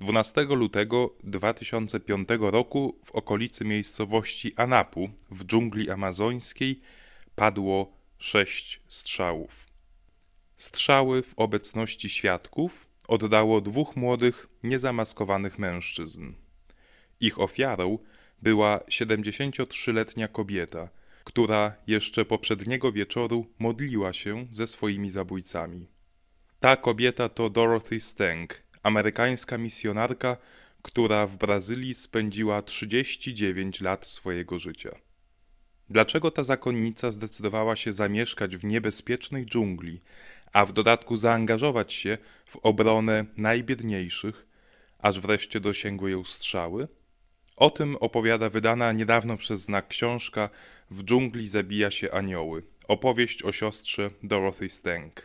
12 lutego 2005 roku w okolicy miejscowości Anapu w dżungli amazońskiej padło 6 strzałów. Strzały w obecności świadków oddało 2 młodych, niezamaskowanych mężczyzn. Ich ofiarą była 73-letnia kobieta, która jeszcze poprzedniego wieczoru modliła się ze swoimi zabójcami. Ta kobieta to Dorothy Stang, amerykańska misjonarka, która w Brazylii spędziła 39 lat swojego życia. Dlaczego ta zakonnica zdecydowała się zamieszkać w niebezpiecznej dżungli, a w dodatku zaangażować się w obronę najbiedniejszych, aż wreszcie dosięgły ją strzały? O tym opowiada wydana niedawno przez Znak książka W dżungli zabija się anioły. Opowieść o siostrze Dorothy Stang.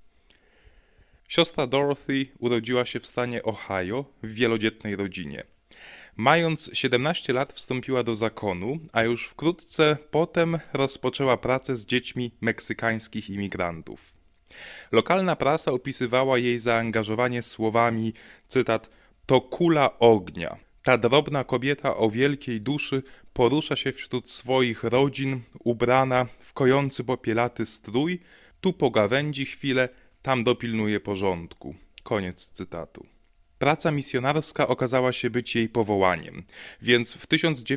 Siostra Dorothy urodziła się w stanie Ohio w wielodzietnej rodzinie. Mając 17 lat wstąpiła do zakonu, a już wkrótce potem rozpoczęła pracę z dziećmi meksykańskich imigrantów. Lokalna prasa opisywała jej zaangażowanie słowami, cytat, to kula ognia. Ta drobna kobieta o wielkiej duszy porusza się wśród swoich rodzin, ubrana w kojący popielaty strój, tu pogawędzi chwilę, tam dopilnuje porządku. Koniec cytatu. Praca misjonarska okazała się być jej powołaniem, więc w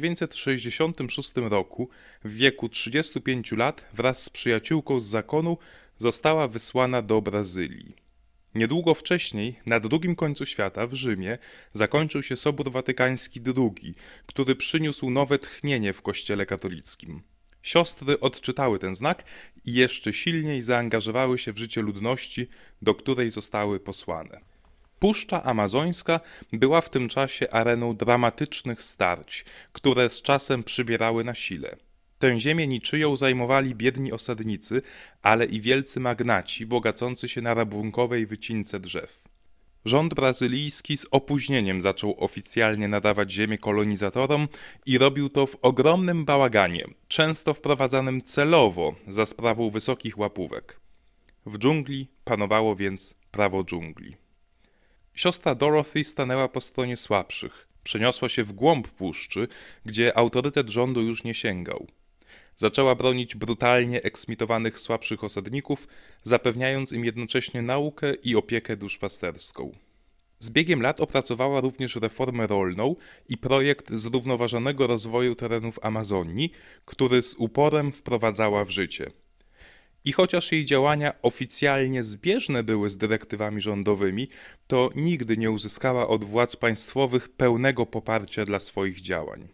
1966 roku, w wieku 35 lat, wraz z przyjaciółką z zakonu, została wysłana do Brazylii. Niedługo wcześniej, na drugim końcu świata, w Rzymie, zakończył się Sobór Watykański II, który przyniósł nowe tchnienie w Kościele katolickim. Siostry odczytały ten znak i jeszcze silniej zaangażowały się w życie ludności, do której zostały posłane. Puszcza Amazońska była w tym czasie areną dramatycznych starć, które z czasem przybierały na sile. Tę ziemię niczyją zajmowali biedni osadnicy, ale i wielcy magnaci bogacący się na rabunkowej wycince drzew. Rząd brazylijski z opóźnieniem zaczął oficjalnie nadawać ziemię kolonizatorom i robił to w ogromnym bałaganie, często wprowadzanym celowo za sprawą wysokich łapówek. W dżungli panowało więc prawo dżungli. Siostra Dorothy stanęła po stronie słabszych, przeniosła się w głąb puszczy, gdzie autorytet rządu już nie sięgał. Zaczęła bronić brutalnie eksmitowanych słabszych osadników, zapewniając im jednocześnie naukę i opiekę duszpasterską. Z biegiem lat opracowała również reformę rolną i projekt zrównoważonego rozwoju terenów Amazonii, który z uporem wprowadzała w życie. I chociaż jej działania oficjalnie zbieżne były z dyrektywami rządowymi, to nigdy nie uzyskała od władz państwowych pełnego poparcia dla swoich działań.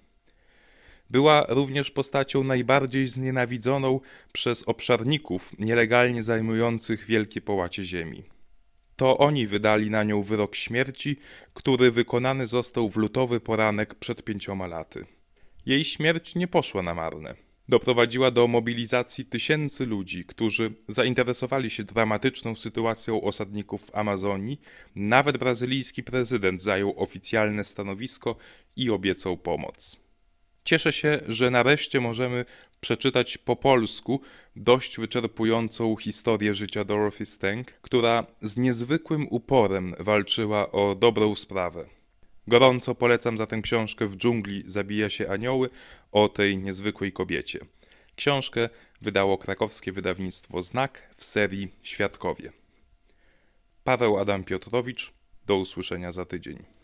Była również postacią najbardziej znienawidzoną przez obszarników nielegalnie zajmujących wielkie połacie ziemi. To oni wydali na nią wyrok śmierci, który wykonany został w lutowy poranek przed 5 laty. Jej śmierć nie poszła na marne. Doprowadziła do mobilizacji tysięcy ludzi, którzy zainteresowali się dramatyczną sytuacją osadników w Amazonii. Nawet brazylijski prezydent zajął oficjalne stanowisko i obiecał pomoc. Cieszę się, że nareszcie możemy przeczytać po polsku dość wyczerpującą historię życia Dorothy Stang, która z niezwykłym uporem walczyła o dobrą sprawę. Gorąco polecam zatem książkę W dżungli zabija się anioły o tej niezwykłej kobiecie. Książkę wydało krakowskie wydawnictwo Znak w serii Świadkowie. Paweł Adam Piotrowicz, do usłyszenia za tydzień.